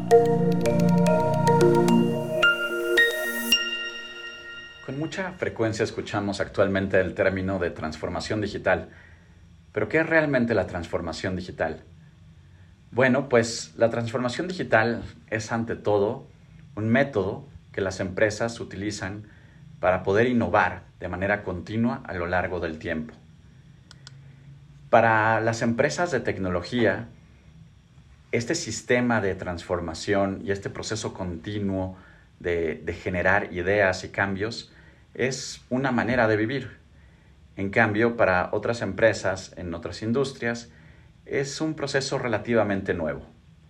Con mucha frecuencia escuchamos actualmente el término de transformación digital. ¿Pero qué es realmente la transformación digital? Bueno, pues la transformación digital es ante todo un método que las empresas utilizan para poder innovar de manera continua a lo largo del tiempo. Para las empresas de tecnología, este sistema de transformación y este proceso continuo de generar ideas y cambios es una manera de vivir. En cambio, para otras empresas en otras industrias, es un proceso relativamente nuevo.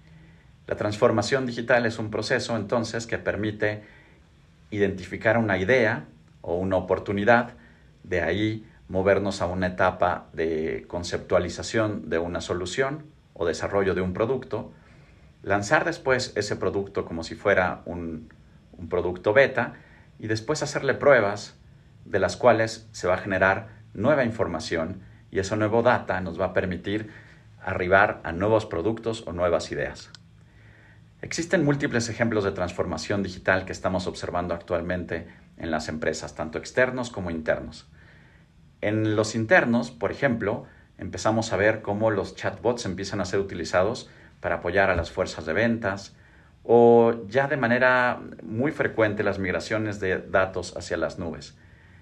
La transformación digital es un proceso entonces que permite identificar una idea o una oportunidad, de ahí movernos a una etapa de conceptualización de una solución o desarrollo de un producto, lanzar después ese producto como si fuera un producto beta y después hacerle pruebas de las cuales se va a generar nueva información y esa nueva data nos va a permitir arribar a nuevos productos o nuevas ideas. Existen múltiples ejemplos de transformación digital que estamos observando actualmente en las empresas, tanto externos como internos. En los internos, por ejemplo, empezamos a ver cómo los chatbots empiezan a ser utilizados para apoyar a las fuerzas de ventas o ya de manera muy frecuente las migraciones de datos hacia las nubes.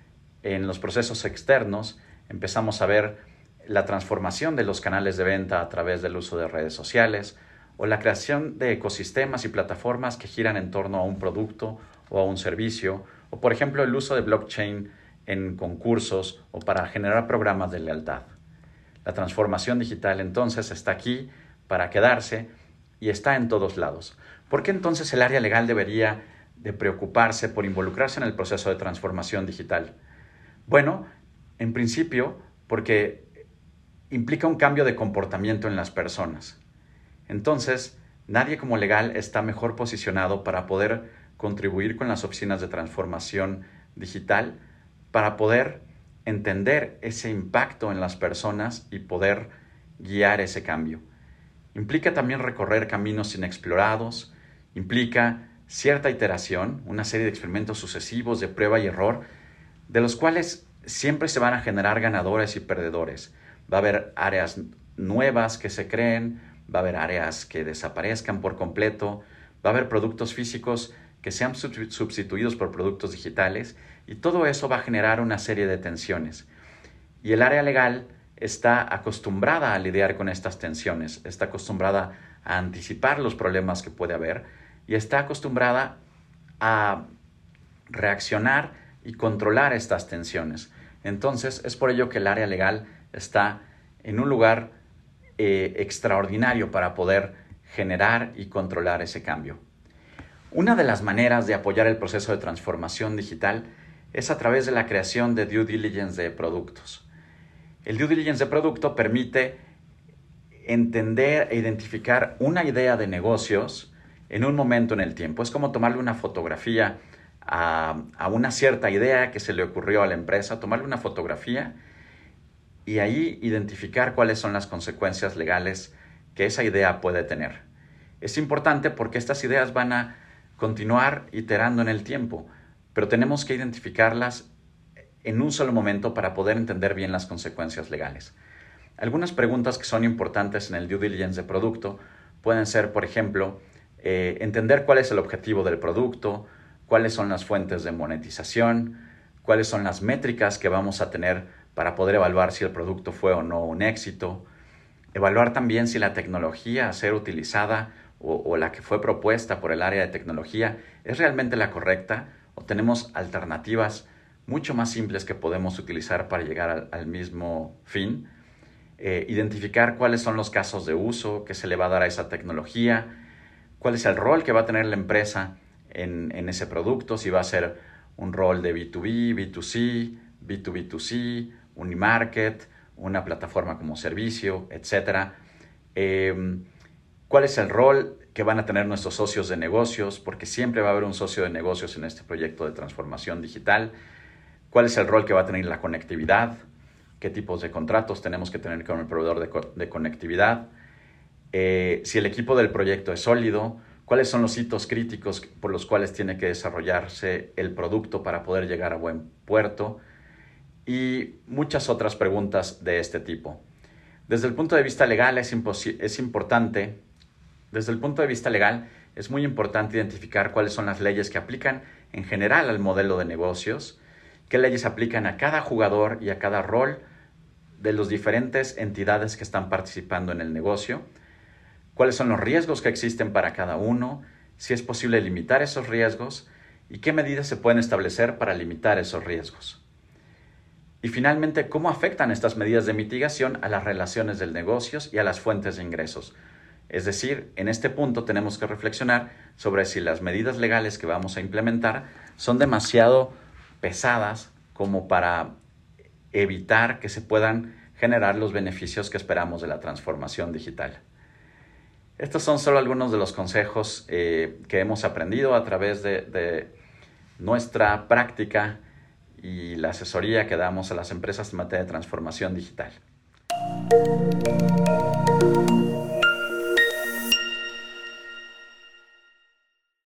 En los procesos externos empezamos a ver la transformación de los canales de venta a través del uso de redes sociales o la creación de ecosistemas y plataformas que giran en torno a un producto o a un servicio, o por ejemplo el uso de blockchain en concursos o para generar programas de lealtad. La transformación digital entonces está aquí para quedarse y está en todos lados. ¿Por qué entonces el área legal debería de preocuparse por involucrarse en el proceso de transformación digital? Bueno, en principio porque implica un cambio de comportamiento en las personas. Entonces, nadie como legal está mejor posicionado para poder contribuir con las oficinas de transformación digital, para poder entender ese impacto en las personas y poder guiar ese cambio. Implica también recorrer caminos inexplorados, implica cierta iteración, una serie de experimentos sucesivos de prueba y error, de los cuales siempre se van a generar ganadores y perdedores. Va a haber áreas nuevas que se creen, va a haber áreas que desaparezcan por completo, va a haber productos físicos que sean sustituidos por productos digitales y todo eso va a generar una serie de tensiones. Y el área legal está acostumbrada a lidiar con estas tensiones, está acostumbrada a anticipar los problemas que puede haber y está acostumbrada a reaccionar y controlar estas tensiones. Entonces, es por ello que el área legal está en un lugar extraordinario para poder generar y controlar ese cambio. Una de las maneras de apoyar el proceso de transformación digital es a través de la creación de due diligence de productos. El due diligence de producto permite entender e identificar una idea de negocios en un momento en el tiempo. Es como tomarle una fotografía a una cierta idea que se le ocurrió a la empresa, tomarle una fotografía y ahí identificar cuáles son las consecuencias legales que esa idea puede tener. Es importante porque estas ideas van a continuar iterando en el tiempo, pero tenemos que identificarlas en un solo momento para poder entender bien las consecuencias legales. Algunas preguntas que son importantes en el due diligence de producto pueden ser, por ejemplo, entender cuál es el objetivo del producto, cuáles son las fuentes de monetización, cuáles son las métricas que vamos a tener para poder evaluar si el producto fue o no un éxito, evaluar también si la tecnología a ser utilizada o la que fue propuesta por el área de tecnología es realmente la correcta o tenemos alternativas mucho más simples que podemos utilizar para llegar al mismo fin, identificar cuáles son los casos de uso que se le va a dar a esa tecnología, cuál es el rol que va a tener la empresa en ese producto, si va a ser un rol de B2B, B2C, B2B2C, Unimarket, una plataforma como servicio, etc. ¿Cuál es el rol que van a tener nuestros socios de negocios? Porque siempre va a haber un socio de negocios en este proyecto de transformación digital. ¿Cuál es el rol que va a tener la conectividad? ¿Qué tipos de contratos tenemos que tener con el proveedor de conectividad? Si el equipo del proyecto es sólido, cuáles son los hitos críticos por los cuales tiene que desarrollarse el producto para poder llegar a buen puerto y muchas otras preguntas de este tipo. Desde el punto de vista legal es muy importante identificar cuáles son las leyes que aplican en general al modelo de negocios, qué leyes aplican a cada jugador y a cada rol de las diferentes entidades que están participando en el negocio, cuáles son los riesgos que existen para cada uno, si es posible limitar esos riesgos y qué medidas se pueden establecer para limitar esos riesgos. Y finalmente, cómo afectan estas medidas de mitigación a las relaciones del negocio y a las fuentes de ingresos. Es decir, en este punto tenemos que reflexionar sobre si las medidas legales que vamos a implementar son demasiado pesadas como para evitar que se puedan generar los beneficios que esperamos de la transformación digital. Estos son solo algunos de los consejos que hemos aprendido a través de nuestra práctica y la asesoría que damos a las empresas en materia de transformación digital.